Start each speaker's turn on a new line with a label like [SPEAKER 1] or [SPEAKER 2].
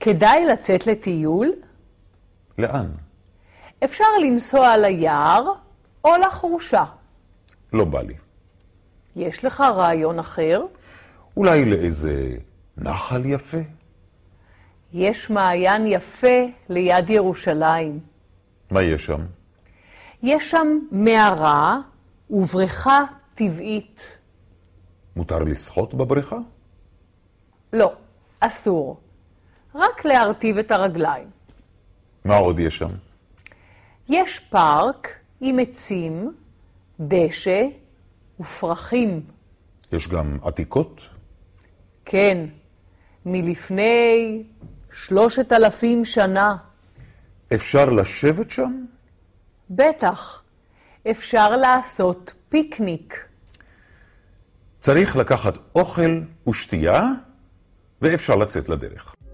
[SPEAKER 1] כדאי לצאת לטיול?
[SPEAKER 2] לאן?
[SPEAKER 1] אפשר לנסוע ליער או לחורשה.
[SPEAKER 2] לא בא לי.
[SPEAKER 1] יש לך רעיון אחר?
[SPEAKER 2] אולי לאיזה נחל יפה?
[SPEAKER 1] יש מעיין יפה ליד ירושלים.
[SPEAKER 2] מה יש שם?
[SPEAKER 1] יש שם מערה ובריכה טבעית.
[SPEAKER 2] מותר לשחות בבריכה?
[SPEAKER 1] לא, אסור. רק להרטיב את הרגליים.
[SPEAKER 2] מה עוד יש שם?
[SPEAKER 1] יש פארק עם עצים, דשא ופרחים.
[SPEAKER 2] יש גם עתיקות?
[SPEAKER 1] כן, מלפני 3,000 שנה.
[SPEAKER 2] אפשר לשבת שם?
[SPEAKER 1] בטח, אפשר לעשות פיקניק.
[SPEAKER 2] צריך לקחת אוכל ושתייה, ואפשר לצאת לדרך.